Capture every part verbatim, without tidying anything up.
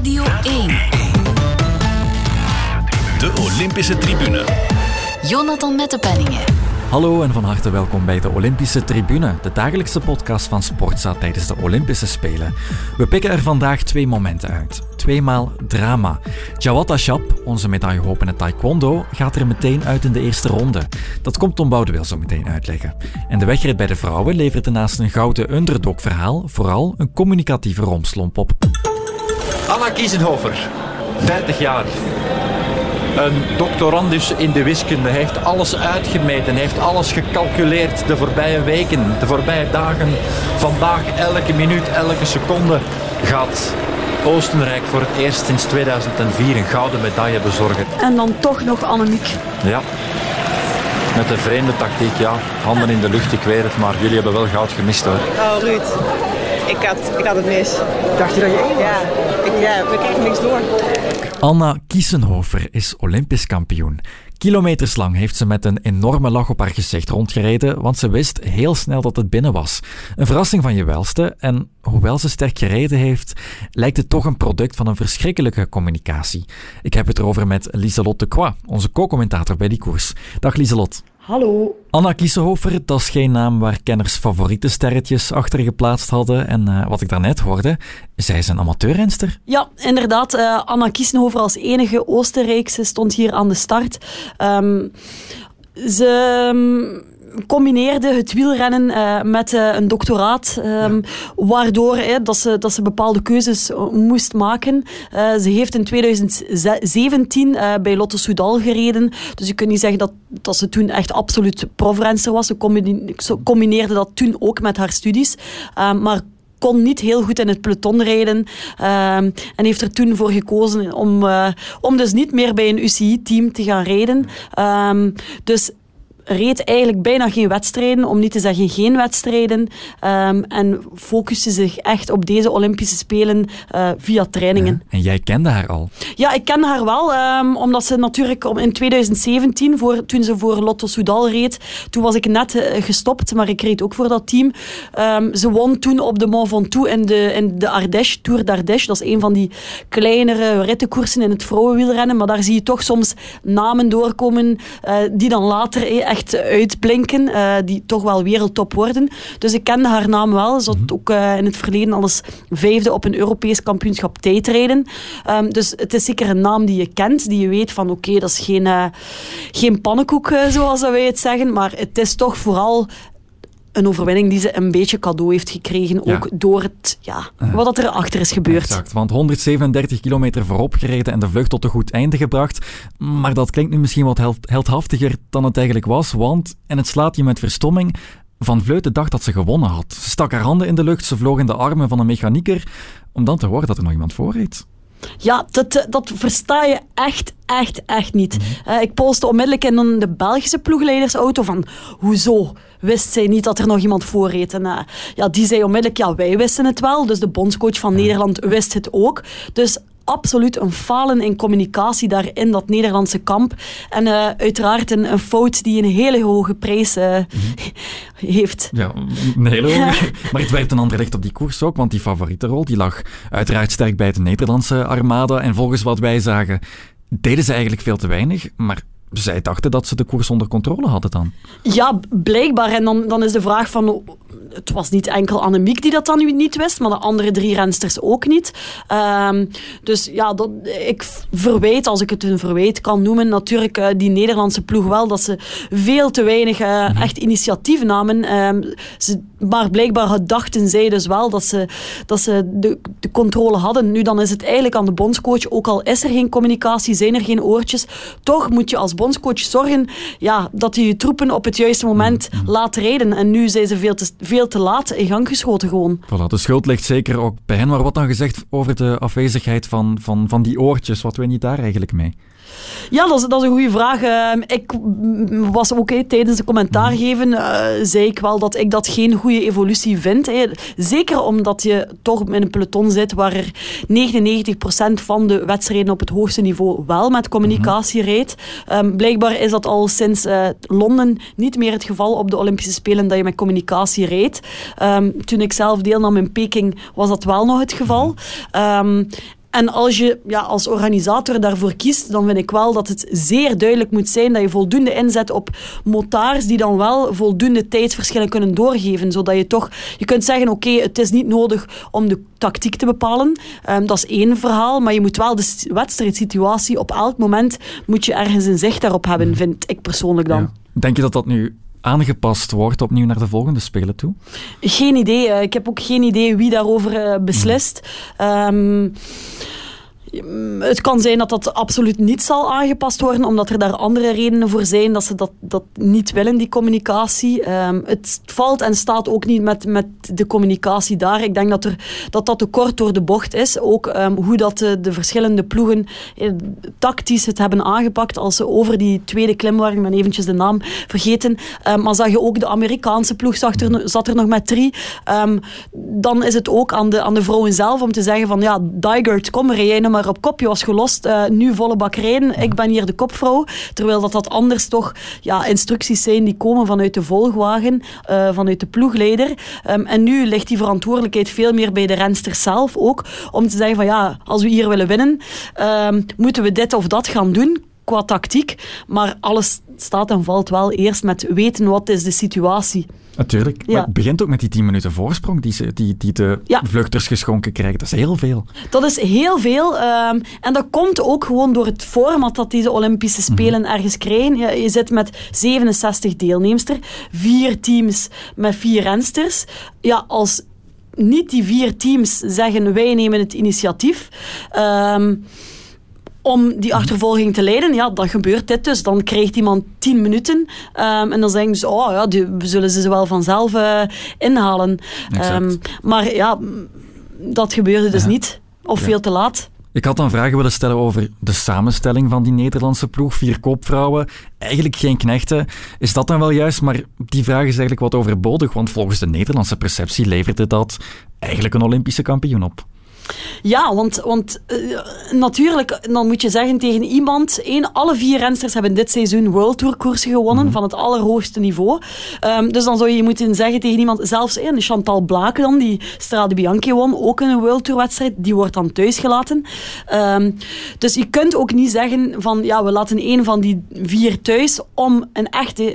Radio één. De Olympische Tribune. Jonathan Mettepenningen. Hallo en van harte welkom bij de Olympische Tribune, de dagelijkse podcast van Sportza tijdens de Olympische Spelen. We pikken er vandaag twee momenten uit. Tweemaal drama. Jawad Ashap, onze medaillehoop in het taekwondo, gaat er meteen uit in de eerste ronde. Dat komt Tom Boudewil zo meteen uitleggen. En de wegrit bij de vrouwen levert naast een gouden underdog-verhaal vooral een communicatieve rompslomp op. Anna Kiesenhofer, dertig jaar. Een doctorandus in de wiskunde. Hij heeft alles uitgemeten, hij heeft alles gecalculeerd de voorbije weken, de voorbije dagen. Vandaag, elke minuut, elke seconde gaat Oostenrijk voor het eerst sinds tweeduizend vier een gouden medaille bezorgen. En dan toch nog Annemiek. Ja, met een vreemde tactiek, ja. Handen in de lucht, ik weet het, maar jullie hebben wel goud gemist hoor. Oh Ruud, ik had, ik had het mis. Dacht je dat je één was? Ja, ik, ja, we kregen niks door. Anna Kiesenhofer is Olympisch kampioen. Kilometers lang heeft ze met een enorme lach op haar gezicht rondgereden, want ze wist heel snel dat het binnen was. Een verrassing van je welste en hoewel ze sterk gereden heeft, lijkt het toch een product van een verschrikkelijke communicatie. Ik heb het erover met Lieselotte de Croix, onze co-commentator bij die koers. Dag Lieselotte. Hallo. Anna Kiesenhofer, dat is geen naam waar kenners favoriete sterretjes achter geplaatst hadden. En uh, wat ik daarnet hoorde, zij is een amateurrenster. Ja, inderdaad. Uh, Anna Kiesenhofer als enige Oostenrijkse stond hier aan de start. Um, ze... Um, combineerde het wielrennen uh, met uh, een doctoraat, um, ja. waardoor uh, dat, ze, dat ze bepaalde keuzes uh, moest maken. Uh, ze heeft in tweeduizend zeventien uh, bij Lotto Soudal gereden, dus je kunt niet zeggen dat, dat ze toen echt absoluut profrenster was. Ze, combine, ze combineerde dat toen ook met haar studies, uh, maar kon niet heel goed in het peloton rijden uh, en heeft er toen voor gekozen om, uh, om dus niet meer bij een U C I-team te gaan rijden. Um, dus reed eigenlijk bijna geen wedstrijden, om niet te zeggen geen wedstrijden. Um, en focuste zich echt op deze Olympische Spelen uh, via trainingen. Ja, en jij kende haar al? Ja, ik ken haar wel, um, omdat ze natuurlijk in tweeduizend zeventien, voor, toen ze voor Lotto Soudal reed, toen was ik net uh, gestopt, maar ik reed ook voor dat team. Um, ze won toen op de Mont Ventoux in de, in de Ardèche, Tour d'Ardèche. Dat is een van die kleinere rittenkoersen in het vrouwenwielrennen, maar daar zie je toch soms namen doorkomen uh, die dan later eh, echt uitblinken, uh, die toch wel wereldtop worden. Dus ik kende haar naam wel. Ze had ook uh, in het verleden al eens vijfde op een Europees kampioenschap tijdrijden. Um, dus het is zeker een naam die je kent, die je weet van oké, okay, dat is geen, uh, geen pannenkoek, uh, zoals wij het zeggen, maar het is toch vooral een overwinning die ze een beetje cadeau heeft gekregen, ook ja. door het, ja, wat er achter is gebeurd. Exact, want honderdzevenendertig kilometer voorop gereden en de vlucht tot een goed einde gebracht. Maar dat klinkt nu misschien wat held, heldhaftiger dan het eigenlijk was, want, en het slaat je met verstomming, Van Vleuten dacht dat ze gewonnen had. Ze stak haar handen in de lucht, ze vloog in de armen van een mechanieker, om dan te horen dat er nog iemand voor reed. Ja, dat, dat versta je echt, echt, echt niet. Mm-hmm. Uh, ik postte onmiddellijk in de Belgische ploegleidersauto van hoezo wist zij niet dat er nog iemand voor reed. En uh, ja, die zei onmiddellijk, ja, wij wisten het wel. Dus de bondscoach van Nederland wist het ook. Dus absoluut een falen in communicatie daar in dat Nederlandse kamp. En uh, uiteraard een, een fout die een hele hoge prijs uh, mm-hmm. heeft. Ja, een hele hoge. Maar het werpt een ander licht op die koers ook, want die favorietenrol die lag uiteraard sterk bij de Nederlandse armada. En volgens wat wij zagen, deden ze eigenlijk veel te weinig, maar zij dachten dat ze de koers onder controle hadden dan. Ja, blijkbaar. En dan, dan is de vraag van... Het was niet enkel Annemiek die dat dan nu niet wist, maar de andere drie rensters ook niet. Um, dus ja, dat, ik verwijt, als ik het een verwijt kan noemen, natuurlijk uh, die Nederlandse ploeg wel, dat ze veel te weinig uh, mm-hmm. echt initiatief namen. Um, ze, maar blijkbaar dachten zij dus wel dat ze, dat ze de, de controle hadden. Nu, dan is het eigenlijk aan de bondscoach, ook al is er geen communicatie, zijn er geen oortjes, toch moet je als bondscoach zorgen ja, dat je je troepen op het juiste moment mm-hmm. laat rijden. En nu zijn ze veel te, veel te laat in gang geschoten gewoon. Voilà, de schuld ligt zeker ook bij hen. Maar wat dan gezegd over de afwezigheid van, van, van die oortjes? Wat weet je daar eigenlijk mee? Ja, dat is, dat is een goede vraag. Uh, ik was ook hey, tijdens de commentaar geven, uh, zei ik wel dat ik dat geen goede evolutie vind. Hey. Zeker omdat je toch in een peloton zit waar er negenennegentig procent van de wedstrijden op het hoogste niveau wel met communicatie rijdt. Um, blijkbaar is dat al sinds uh, Londen niet meer het geval op de Olympische Spelen dat je met communicatie rijdt. Um, toen ik zelf deelnam in Peking was dat wel nog het geval. Um, En als je ja, als organisator daarvoor kiest, dan vind ik wel dat het zeer duidelijk moet zijn dat je voldoende inzet op motards die dan wel voldoende tijdsverschillen kunnen doorgeven. Zodat je toch, je kunt zeggen, oké, okay, het is niet nodig om de tactiek te bepalen. Um, dat is één verhaal, maar je moet wel de wedstrijdsituatie op elk moment moet je ergens een zicht daarop hebben, vind ik persoonlijk dan. Ja. Denk je dat dat nu aangepast wordt opnieuw naar de volgende Spelen toe? Geen idee. Ik heb ook geen idee wie daarover beslist. Um, Het kan zijn dat dat absoluut niet zal aangepast worden, omdat er daar andere redenen voor zijn dat ze dat, dat niet willen, die communicatie. Um, het valt en staat ook niet met, met de communicatie daar. Ik denk dat er, dat, dat te kort door de bocht is. Ook um, hoe dat de, de verschillende ploegen eh, tactisch het hebben aangepakt als ze over die tweede klim waren. Ik ben eventjes de naam vergeten. Um, maar zag je ook de Amerikaanse ploeg zat er, zat er nog met drie. Um, dan is het ook aan de, aan de vrouwen zelf om te zeggen van ja, Dijgert, kom, rij jij nou maar op kop, je was gelost, uh, nu volle bak rijden, ik ben hier de kopvrouw. Terwijl dat, dat anders toch ja, instructies zijn die komen vanuit de volgwagen, uh, vanuit de ploegleider. Um, en nu ligt die verantwoordelijkheid veel meer bij de rensters zelf ook, om te zeggen van ja, als we hier willen winnen, um, moeten we dit of dat gaan doen qua tactiek, maar alles staat en valt wel eerst met weten wat is de situatie. Natuurlijk, ja. Maar het begint ook met die tien minuten voorsprong die, ze, die, die de ja. vluchters geschonken krijgen. Dat is heel veel. Dat is heel veel. Um, en dat komt ook gewoon door het format dat deze Olympische Spelen mm-hmm. ergens krijgen. Je, je zit met zevenenzestig deelnemsters, vier teams met vier rensters. Ja, als niet die vier teams zeggen wij nemen het initiatief... Um, om die achtervolging te leiden, ja, dan gebeurt dit dus. Dan krijgt iemand tien minuten um, en dan zeggen ze, oh ja, die zullen ze wel vanzelf uh, inhalen. Um, maar ja, dat gebeurde dus ja. niet. Of ja. veel te laat. Ik had dan vragen willen stellen over de samenstelling van die Nederlandse ploeg. Vier koopvrouwen, eigenlijk geen knechten. Is dat dan wel juist? Maar die vraag is eigenlijk wat overbodig, want volgens de Nederlandse perceptie leverde dat eigenlijk een Olympische kampioen op. Ja, want, want uh, natuurlijk, dan moet je zeggen tegen iemand, één, alle vier rensters hebben dit seizoen World Tour koersen gewonnen, mm. van het allerhoogste niveau. Um, dus dan zou je moeten zeggen tegen iemand, zelfs een Chantal Blaak dan, die Strade Bianchi won, ook een World Tour wedstrijd, die wordt dan thuis gelaten. Um, dus je kunt ook niet zeggen van, ja, we laten één van die vier thuis om een echte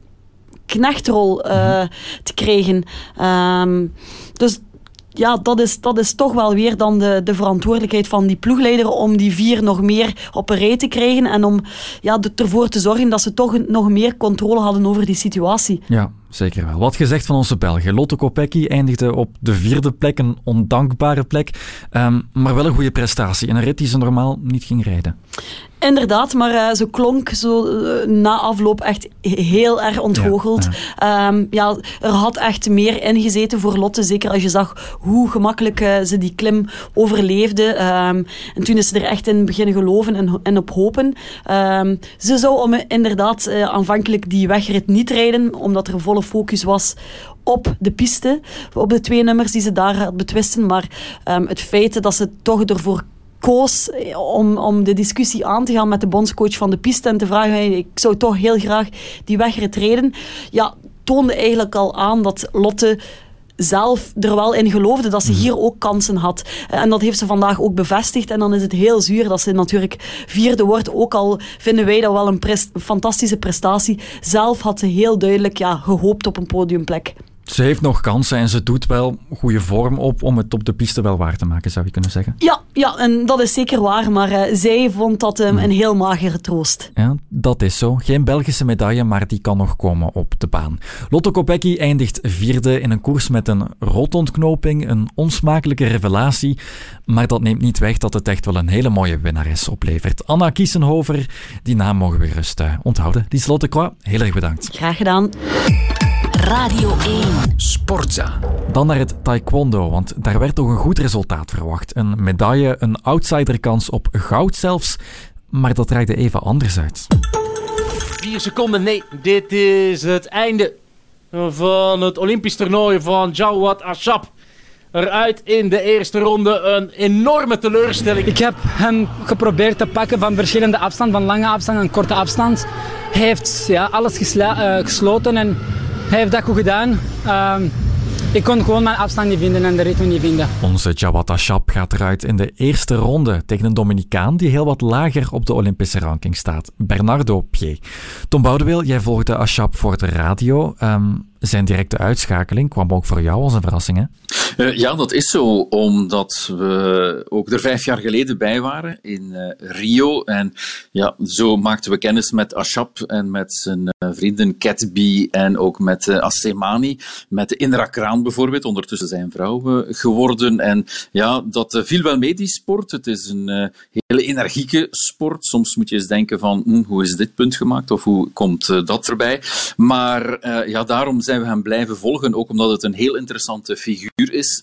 knechtrol uh, te krijgen. Um, dus ja, dat is, dat is toch wel weer dan de, de verantwoordelijkheid van die ploegleider om die vier nog meer op een rij te krijgen en om ja, ervoor te zorgen dat ze toch nog meer controle hadden over die situatie. Ja, zeker wel. Wat gezegd van onze Belgen. Lotte Kopecky eindigde op de vierde plek, een ondankbare plek, um, maar wel een goede prestatie. En een rit die ze normaal niet ging rijden. Inderdaad, maar uh, ze klonk zo uh, na afloop echt heel erg ontgoocheld. Ja, ja. Um, ja, er had echt meer ingezeten voor Lotte, zeker als je zag hoe gemakkelijk uh, ze die klim overleefde. Um, en toen is ze er echt in beginnen geloven en, en op hopen. Um, ze zou om, inderdaad uh, aanvankelijk die wegrit niet rijden, omdat er volle focus was op de piste, op de twee nummers die ze daar had betwisten. Maar um, het feit dat ze toch ervoor koos om, om de discussie aan te gaan met de bondscoach van de piste en te vragen, hey, ik zou toch heel graag die wegrit rijden, ja, toonde eigenlijk al aan dat Lotte zelf er wel in geloofde dat ze hier ook kansen had. En dat heeft ze vandaag ook bevestigd. En dan is het heel zuur dat ze natuurlijk vierde wordt. Ook al vinden wij dat wel een pres- fantastische prestatie. Zelf had ze heel duidelijk ja, gehoopt op een podiumplek. Ze heeft nog kansen en ze doet wel goede vorm op om het op de piste wel waar te maken, zou je kunnen zeggen. Ja, ja en dat is zeker waar, maar uh, zij vond dat um, een heel magere troost. Ja, dat is zo. Geen Belgische medaille, maar die kan nog komen op de baan. Lotte Kopecky eindigt vierde in een koers met een rotontknoping, een onsmakelijke revelatie, maar dat neemt niet weg dat het echt wel een hele mooie winnares oplevert. Anna Kiesenhofer, die naam mogen we gerust uh, onthouden. Lieselotte Croix, heel erg bedankt. Graag gedaan. Radio één. Sportza. Dan naar het taekwondo, want daar werd toch een goed resultaat verwacht. Een medaille, een outsiderkans op goud zelfs, maar dat draaide even anders uit. Vier seconden, nee, dit is het einde van het Olympisch toernooi van Jawad Ashap. Eruit in de eerste ronde, een enorme teleurstelling. Ik heb hem geprobeerd te pakken van verschillende afstand, van lange afstand en korte afstand. Hij heeft ja, alles gesla- uh, gesloten en hij heeft dat goed gedaan. Uh, Ik kon gewoon mijn afstand niet vinden en de ritme niet vinden. Onze Jawad Ashab gaat eruit in de eerste ronde tegen een Dominicaan die heel wat lager op de Olympische ranking staat. Bernardo Pié. Tom Boudeweel, jij volgde Ashab voor de radio. Um, zijn directe uitschakeling kwam ook voor jou als een verrassing, hè? Uh, ja, dat is zo, omdat we ook er vijf jaar geleden bij waren in uh, Rio. En ja, zo maakten we kennis met Ashab en met zijn uh, vrienden Ketby en ook met uh, Assemani, met Indra Kraan bijvoorbeeld, ondertussen zijn vrouw uh, geworden. En ja, dat uh, viel wel mee, die sport. Het is een uh, hele energieke sport. Soms moet je eens denken van, hm, hoe is dit punt gemaakt of hoe komt uh, dat erbij? Maar uh, ja, daarom zijn we hem blijven volgen, ook omdat het een heel interessante figuur is.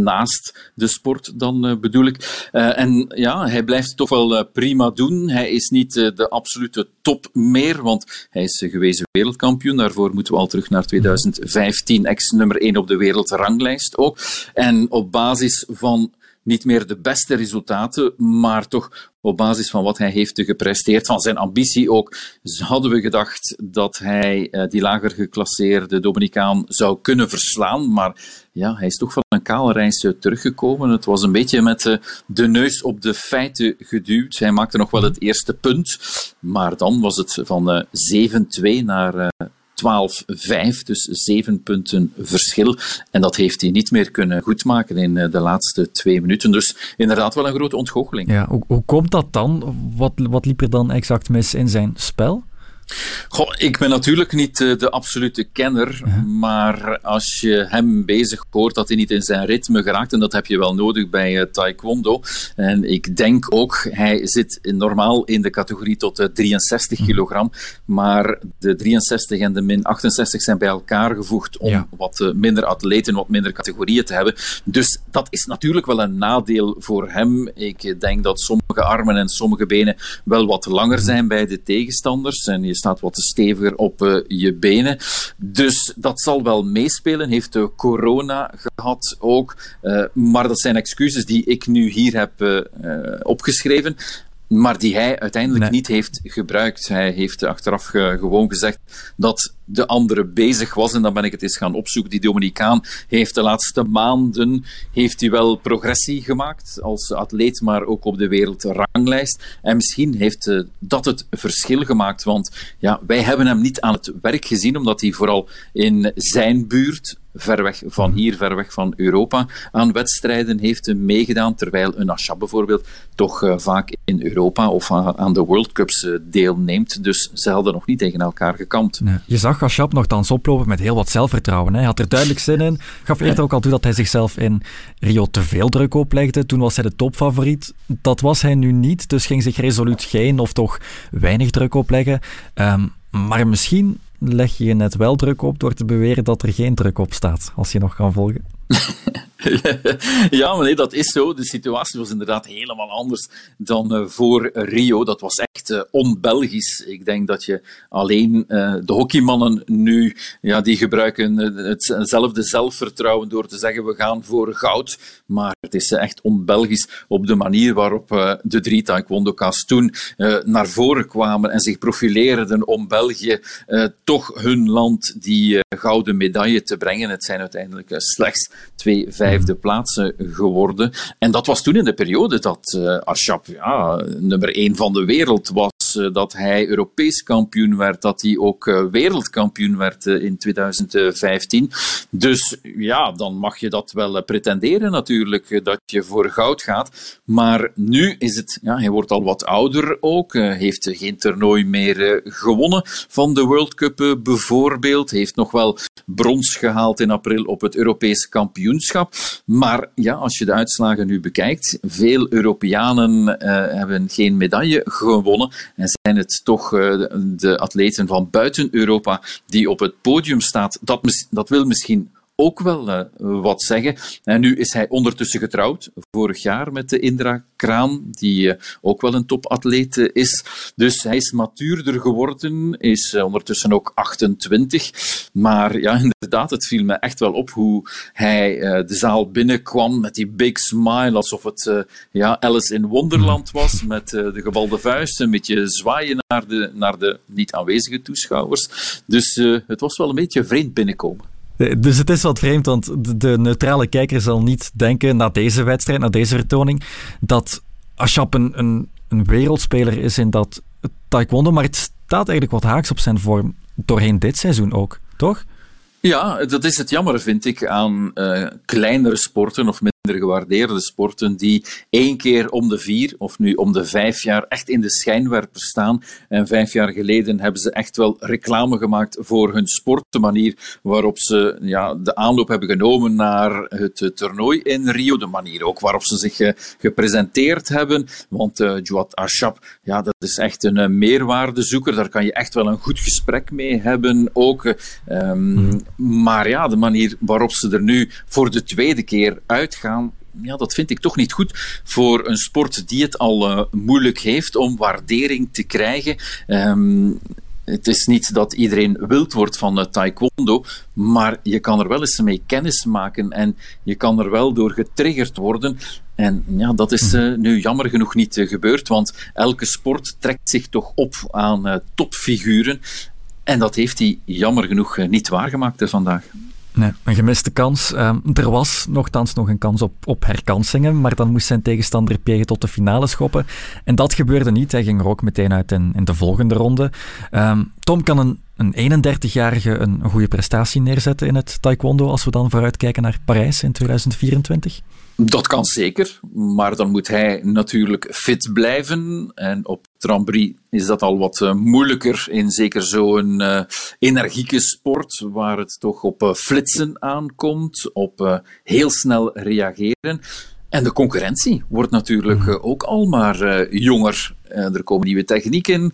Naast de sport dan uh, bedoel ik. Uh, en ja, hij blijft toch wel uh, prima doen. Hij is niet uh, de absolute top meer, want hij is uh, gewezen wereldkampioen. Daarvoor moeten we al terug naar tweeduizend vijftien, ex-nummer één op de wereldranglijst ook. En op basis van niet meer de beste resultaten, maar toch op basis van wat hij heeft gepresteerd, van zijn ambitie ook, hadden we gedacht dat hij uh, die lager geclasseerde Dominicaan zou kunnen verslaan. Maar ja, hij is toch van een kale reis uh, teruggekomen. Het was een beetje met uh, de neus op de feiten geduwd. Hij maakte nog wel het eerste punt, maar dan was het van uh, zeven twee naar Uh, twaalf vijf, dus zeven punten verschil. En dat heeft hij niet meer kunnen goedmaken in de laatste twee minuten. Dus inderdaad wel een grote ontgoocheling. Ja, hoe, hoe komt dat dan? Wat, wat liep er dan exact mis in zijn spel? Goh, ik ben natuurlijk niet de absolute kenner, uh-huh. maar als je hem bezig hoort dat hij niet in zijn ritme geraakt, en dat heb je wel nodig bij uh, taekwondo. En ik denk ook, hij zit normaal in de categorie tot uh, drieënzestig kilogram, maar de drieënzestig en de min achtenzestig zijn bij elkaar gevoegd om ja. wat uh, minder atleten, wat minder categorieën te hebben. Dus dat is natuurlijk wel een nadeel voor hem. Ik denk dat sommige armen en sommige benen wel wat langer zijn bij de tegenstanders en je staat wat steviger op uh, je benen. Dus dat zal wel meespelen. Heeft uh, corona gehad ook. Uh, maar dat zijn excuses die ik nu hier heb uh, uh, opgeschreven, maar die hij uiteindelijk nee. niet heeft gebruikt. Hij heeft achteraf ge- gewoon gezegd dat de andere bezig was, en dan ben ik het eens gaan opzoeken. Die Dominicaan heeft de laatste maanden heeft hij wel progressie gemaakt als atleet, maar ook op de wereldranglijst. En misschien heeft uh, dat het verschil gemaakt, want ja, wij hebben hem niet aan het werk gezien, omdat hij vooral in zijn buurt, ver weg van hier, ver weg van Europa, aan wedstrijden heeft meegedaan, terwijl een Ashab bijvoorbeeld toch uh, vaak in Europa of uh, aan de World Cups uh, deelneemt. Dus ze hadden nog niet tegen elkaar gekampt. Nee. Je zag Ashab nogthans oplopen met heel wat zelfvertrouwen. Hè. Hij had er duidelijk zin in. Gaf eerder ook al toe dat hij zichzelf in Rio te veel druk oplegde. Toen was hij de topfavoriet. Dat was hij nu niet, dus ging zich resoluut geen of toch weinig druk opleggen. Um, maar misschien leg je je net wel druk op door te beweren dat er geen druk op staat, als je nog kan volgen. Ja, maar nee, dat is zo. De situatie was inderdaad helemaal anders dan uh, voor Rio. Dat was echt uh, on-Belgisch. Ik denk dat je alleen uh, de hockeymannen nu, ja, die gebruiken uh, hetzelfde zelfvertrouwen door te zeggen we gaan voor goud. Maar het is uh, echt on-Belgisch op de manier waarop uh, de drie taekwondoka's toen uh, naar voren kwamen en zich profileerden om België uh, toch hun land die uh, gouden medaille te brengen. Het zijn uiteindelijk uh, slechts twee vijfde plaatsen geworden. En dat was toen in de periode dat uh, Ashab ja, nummer één van de wereld was, uh, dat hij Europees kampioen werd, dat hij ook uh, wereldkampioen werd uh, in tweeduizend vijftien. Dus ja, dan mag je dat wel uh, pretenderen natuurlijk, uh, dat je voor goud gaat. Maar nu is het, ja, hij wordt al wat ouder ook, uh, heeft uh, geen toernooi meer uh, gewonnen van de World Cup uh, bijvoorbeeld, heeft nog wel brons gehaald in april op het Europees kampioenschap. Maar ja, als je de uitslagen nu bekijkt, veel Europeanen uh, hebben geen medaille gewonnen en zijn het toch uh, de atleten van buiten Europa die op het podium staat. Dat, mis, dat wil misschien ook wel uh, wat zeggen. En nu is hij ondertussen getrouwd, vorig jaar met de Indra Kraan, die uh, ook wel een topatleet uh, is. Dus hij is matuurder geworden, is uh, ondertussen ook achtentwintig. Maar ja, inderdaad, het viel me echt wel op hoe hij uh, de zaal binnenkwam met die big smile, alsof het uh, ja, Alice in Wonderland was, met uh, de gebalde vuist, een beetje zwaaien naar de, naar de niet aanwezige toeschouwers. Dus uh, het was wel een beetje vreemd binnenkomen. Dus het is wat vreemd, want de, de neutrale kijker zal niet denken, na deze wedstrijd, na deze vertoning, dat Ashap een, een, een wereldspeler is in dat taekwondo, maar het staat eigenlijk wat haaks op zijn vorm doorheen dit seizoen ook, toch? Ja, dat is het jammer, vind ik, aan uh, kleinere sporten of minder gewaardeerde sporten die één keer om de vier of nu om de vijf jaar echt in de schijnwerper staan. En vijf jaar geleden hebben ze echt wel reclame gemaakt voor hun sport, de manier waarop ze ja, de aanloop hebben genomen naar het uh, toernooi in Rio, de manier ook waarop ze zich uh, gepresenteerd hebben. Want uh, Jawad Ashap, ja, dat is echt een uh, meerwaardezoeker, daar kan je echt wel een goed gesprek mee hebben ook. Uh, um, mm. Maar ja, de manier waarop ze er nu voor de tweede keer uitgaan, ja, dat vind ik toch niet goed voor een sport die het al uh, moeilijk heeft om waardering te krijgen. Um, het is niet dat iedereen wild wordt van uh, taekwondo, maar je kan er wel eens mee kennis maken en je kan er wel door getriggerd worden. En ja, dat is uh, nu jammer genoeg niet uh, gebeurd, want elke sport trekt zich toch op aan uh, topfiguren. En dat heeft hij jammer genoeg uh, niet waargemaakt uh, vandaag. Nee, een gemiste kans. Uh, er was nogthans nog een kans op, op herkansingen, maar dan moest zijn tegenstander Pierre tot de finale schoppen. En dat gebeurde niet. Hij ging er ook meteen uit in, in de volgende ronde. Uh, Tom, kan een, een eenendertigjarige een, een goede prestatie neerzetten in het taekwondo als we dan vooruitkijken naar Parijs in tweeduizend vierentwintig? Dat kan zeker, maar dan moet hij natuurlijk fit blijven. En op Trambry is dat al wat uh, moeilijker in zeker zo'n uh, energieke sport, waar het toch op uh, flitsen aankomt, op uh, heel snel reageren. En de concurrentie wordt natuurlijk uh, ook al maar uh, jonger. Uh, er komen nieuwe technieken,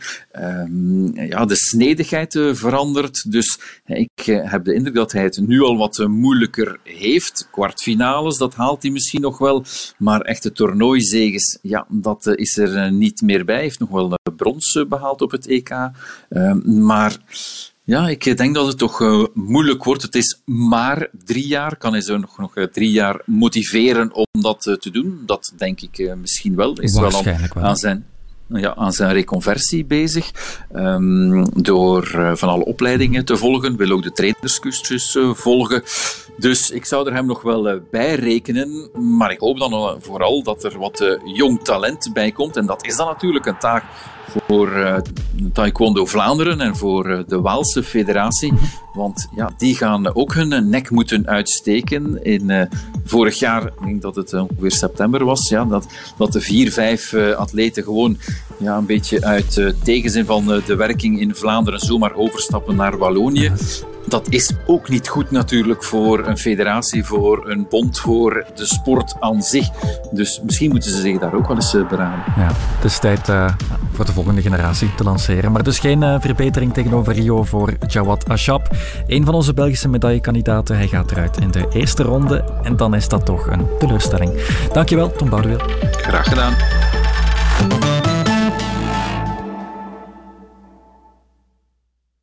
uh, ja, de snedigheid uh, verandert. Dus uh, ik uh, heb de indruk dat hij het nu al wat uh, moeilijker heeft. Kwartfinales, dat haalt hij misschien nog wel. Maar echte toernooizeges, ja, dat uh, is er uh, niet meer bij. Hij heeft nog wel uh, brons uh, behaald op het E K. Uh, maar... Ja, ik denk dat het toch uh, moeilijk wordt. Het is maar drie jaar. Kan hij zo nog, nog uh, drie jaar motiveren om dat uh, te doen? Dat denk ik uh, misschien wel. Is wel aan, wel aan zijn... Ja, aan zijn reconversie bezig. Um, door uh, van alle opleidingen te volgen. Wil ook de trainerscursus uh, volgen. Dus ik zou er hem nog wel uh, bij rekenen. Maar ik hoop dan uh, vooral dat er wat uh, jong talent bij komt. En dat is dan natuurlijk een taak voor uh, Taekwondo Vlaanderen en voor uh, de Waalse Federatie. Want ja, die gaan ook hun nek moeten uitsteken. In uh, vorig jaar, ik denk dat het uh, ongeveer september was, ja, dat, dat de vier, vijf uh, atleten gewoon ja, een beetje uit uh, tegenzin van uh, de werking in Vlaanderen zomaar overstappen naar Wallonië. Dat is ook niet goed natuurlijk voor een federatie, voor een bond, voor de sport aan zich. Dus misschien moeten ze zich daar ook wel eens uh, beraden. Ja, het is tijd uh, voor de volgende generatie te lanceren. Maar dus geen uh, verbetering tegenover Rio voor Jawad Ashap. Een van onze Belgische medaillekandidaten. Hij gaat eruit in de eerste ronde. En dan is dat toch een teleurstelling. Dankjewel, Tom Boudewil. Graag gedaan.